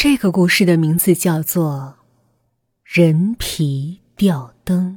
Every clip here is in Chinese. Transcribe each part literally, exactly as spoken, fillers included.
这个故事的名字叫做人皮吊灯。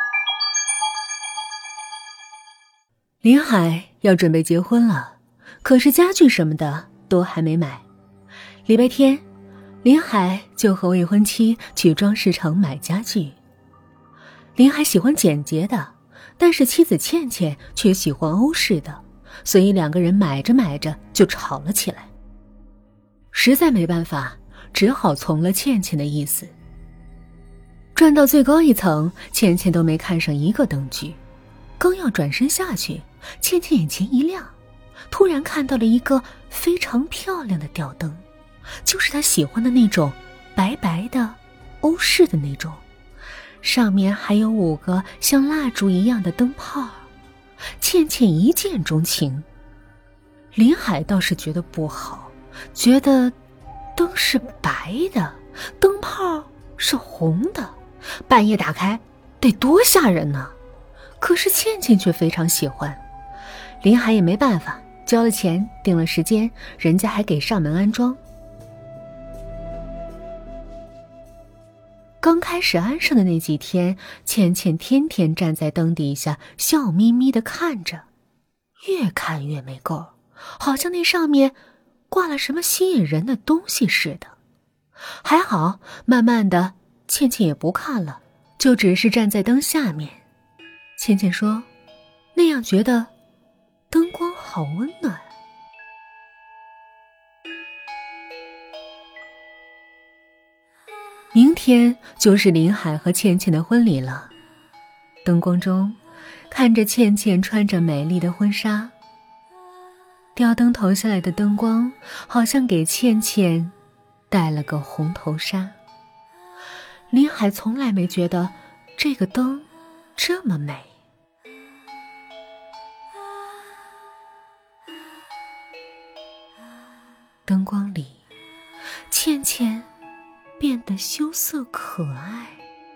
林海要准备结婚了，可是家具什么的都还没买。礼拜天，林海就和未婚妻去装饰城买家具。林海喜欢简洁的，但是妻子倩倩却喜欢欧式的，所以两个人买着买着就吵了起来。实在没办法，只好从了倩倩的意思。转到最高一层，倩倩都没看上一个灯具，刚要转身下去，倩倩眼前一亮，突然看到了一个非常漂亮的吊灯，就是她喜欢的那种白白的欧式的那种，上面还有五个像蜡烛一样的灯泡。倩倩一见钟情。林海倒是觉得不好，觉得灯是白的，灯泡是红的，半夜打开得多吓人呢。可是倩倩却非常喜欢。林海也没办法，交了钱，定了时间，人家还给上门安装。刚开始安上的那几天，倩倩天天站在灯底下笑眯眯地看着，越看越没够，好像那上面挂了什么吸引人的东西似的。还好，慢慢的，倩倩也不看了，就只是站在灯下面。倩倩说，那样觉得灯光好温暖。明天就是林海和倩倩的婚礼了，灯光中看着倩倩穿着美丽的婚纱，吊灯投下来的灯光好像给倩倩戴了个红头纱。林海从来没觉得这个灯这么美。灯光里，倩倩变得羞涩可爱。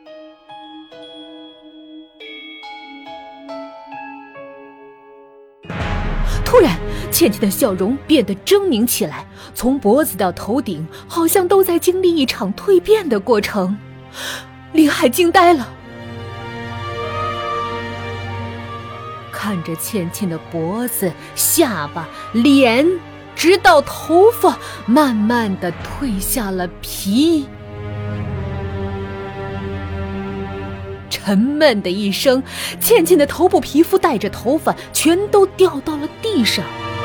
突然，倩倩的笑容变得狰狞起来，从脖子到头顶，好像都在经历一场蜕变的过程。林海惊呆了，看着倩倩的脖子、下巴、脸，直到头发慢慢地褪下了皮。沉闷的一声，倩倩的头部皮肤带着头发全都掉到了地上。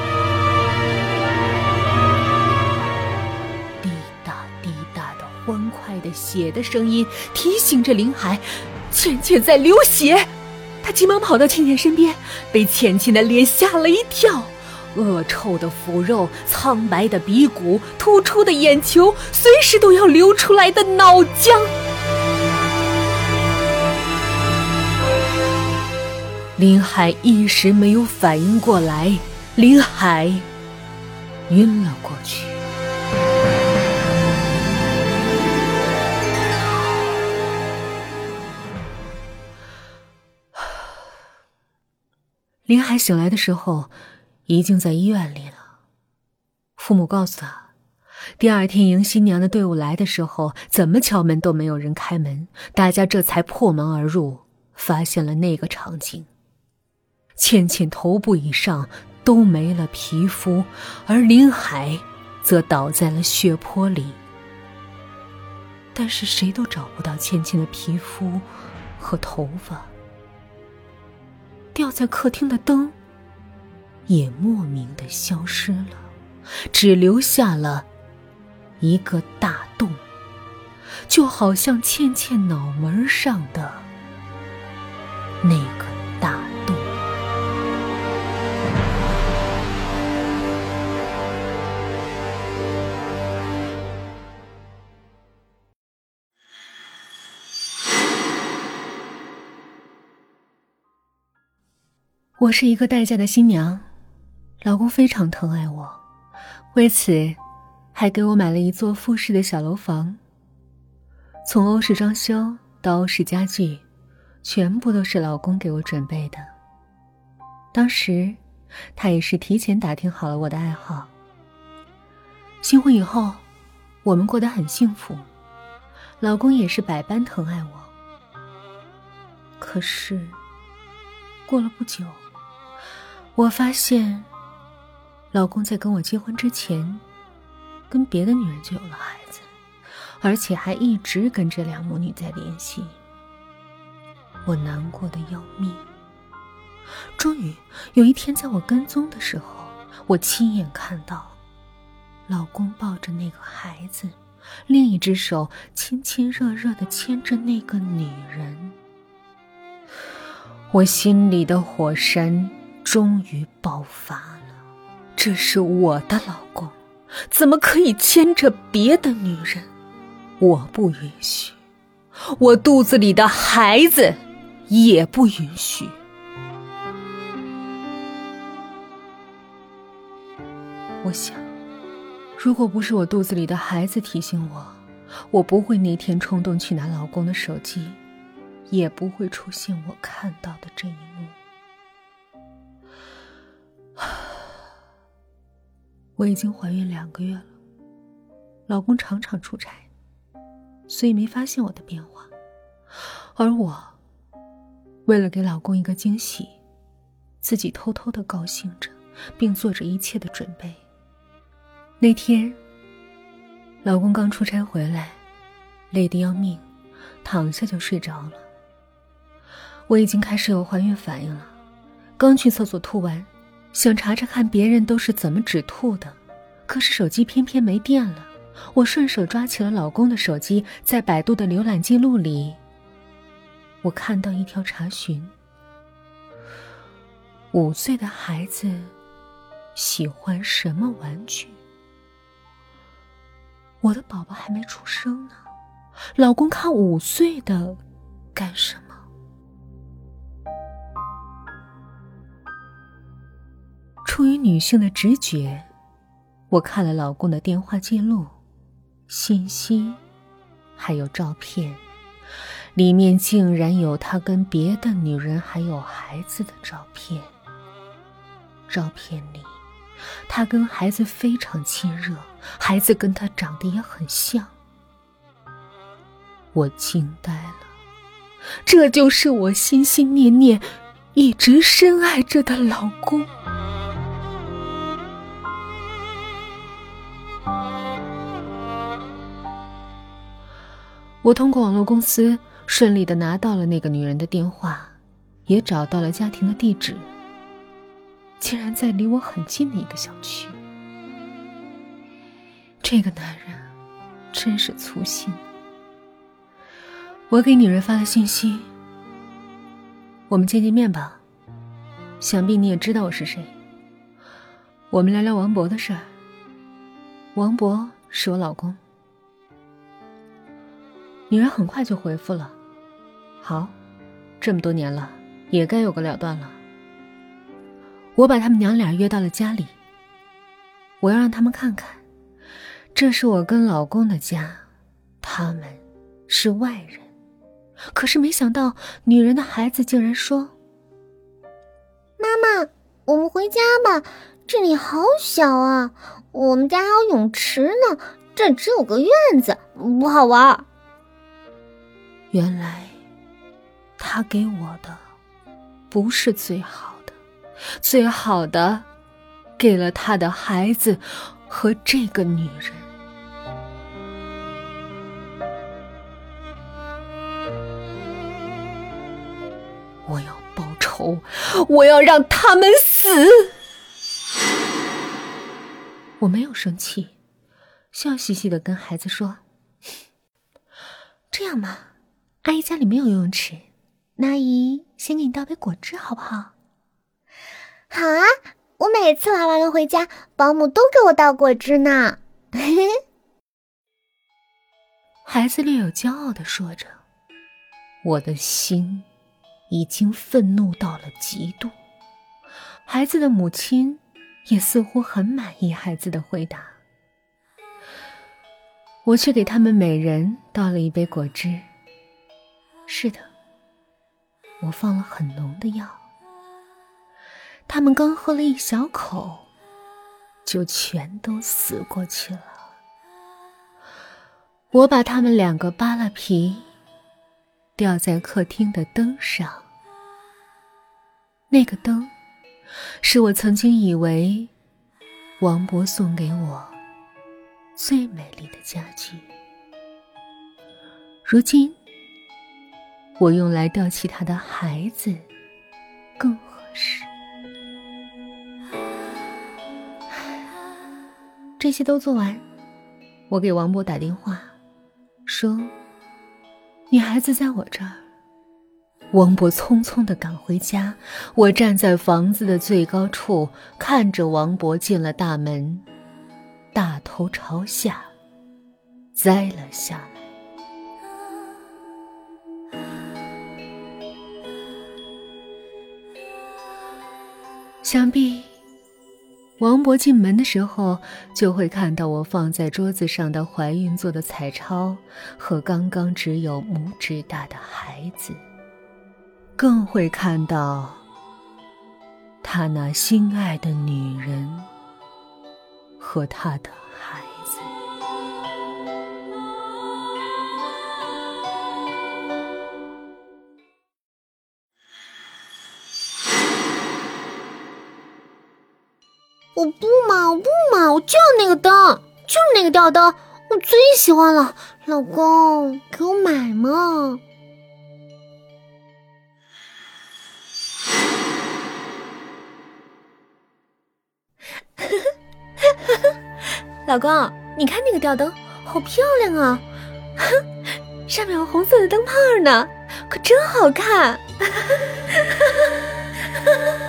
滴答滴答的欢快的血的声音提醒着林海，倩倩在流血。他急忙跑到倩倩身边，被倩倩的脸吓了一跳。恶臭的腐肉，苍白的鼻骨，突出的眼球，随时都要流出来的脑浆。林海一时没有反应过来，林海晕了过去。林海醒来的时候已经在医院里了。父母告诉他，第二天迎新娘的队伍来的时候，怎么敲门都没有人开门，大家这才破门而入，发现了那个场景。倩倩头部以上都没了皮肤，而林海则倒在了血泊里。但是谁都找不到倩倩的皮肤和头发。吊在客厅的灯也莫名地消失了，只留下了一个大洞，就好像倩倩脑门上的那个大洞。我是一个待嫁的新娘，老公非常疼爱我，为此还给我买了一座复式的小楼房。从欧式装修到欧式家具，全部都是老公给我准备的。当时他也是提前打听好了我的爱好。新婚以后， 我们过得很幸福，老公也是百般疼爱我。可是过了不久，我发现老公在跟我结婚之前跟别的女人就有了孩子，而且还一直跟这两母女在联系。我难过的要命。终于有一天，在我跟踪的时候，我亲眼看到老公抱着那个孩子，另一只手亲亲热热地牵着那个女人。我心里的火山终于爆发了，这是我的老公，怎么可以牵着别的女人？我不允许，我肚子里的孩子也不允许。我想，如果不是我肚子里的孩子提醒我，我不会那天冲动去拿老公的手机，也不会出现我看到的这一幕。我已经怀孕两个月了，老公常常出差，所以没发现我的变化。而我为了给老公一个惊喜，自己偷偷地高兴着，并做着一切的准备。那天老公刚出差回来，累得要命，躺下就睡着了。我已经开始有怀孕反应了，刚去厕所吐完，想查查看别人都是怎么止吐的，可是手机偏偏没电了。我顺手抓起了老公的手机，在百度的浏览记录里，我看到一条查询：五岁的孩子喜欢什么玩具？我的宝宝还没出生呢，老公看五岁的干什么？出于女性的直觉，我看了老公的电话记录、信息还有照片，里面竟然有他跟别的女人还有孩子的照片。照片里他跟孩子非常亲热，孩子跟他长得也很像。我惊呆了，这就是我心心念念一直深爱着的老公。我通过网络公司顺利地拿到了那个女人的电话，也找到了家庭的地址，竟然在离我很近的一个小区。这个男人真是粗心。我给女人发了信息：我们见见面吧，想必你也知道我是谁。我们聊聊王博的事儿。王博是我老公。女人很快就回复了：好，这么多年了，也该有个了断了。我把他们娘俩约到了家里，我要让他们看看，这是我跟老公的家，他们是外人。可是没想到，女人的孩子竟然说： 妈妈，我们回家吧，这里好小啊，我们家还有泳池呢，这只有个院子，不好玩。 原来他给我的不是最好的，最好的给了他的孩子和这个女人。我要报仇，我要让他们死。我没有生气，笑嘻嘻地跟孩子说：这样嘛，阿姨家里没有游泳池，那阿姨先给你倒杯果汁好不好？ 好啊，我每次玩完了回家，保姆都给我倒果汁呢。 孩子略有骄傲地说着，我的心已经愤怒到了极度。孩子的母亲也似乎很满意孩子的回答。我去给他们每人倒了一杯果汁。是的，我放了很浓的药。他们刚喝了一小口，就全都死过去了。 我把他们两个扒了皮，吊在客厅的灯上。那个灯是我曾经以为王勃送给我最美丽的家具，如今我用来吊起他的孩子更合适。这些都做完，我给王勃打电话说，你孩子在我这儿。王勃匆匆地赶回家，我站在房子的最高处，看着王勃进了大门，大头朝下栽了下来。想必王勃进门的时候，就会看到我放在桌子上的怀孕做的彩钞和刚刚只有拇指大的孩子，更会看到他那心爱的女人和他的孩子。 我不嘛，我不嘛，我就要那个灯，就是那个吊灯，我最喜欢了。老公，给我买嘛。老公，你看那个吊灯，好漂亮啊！上面有红色的灯泡呢，可真好看。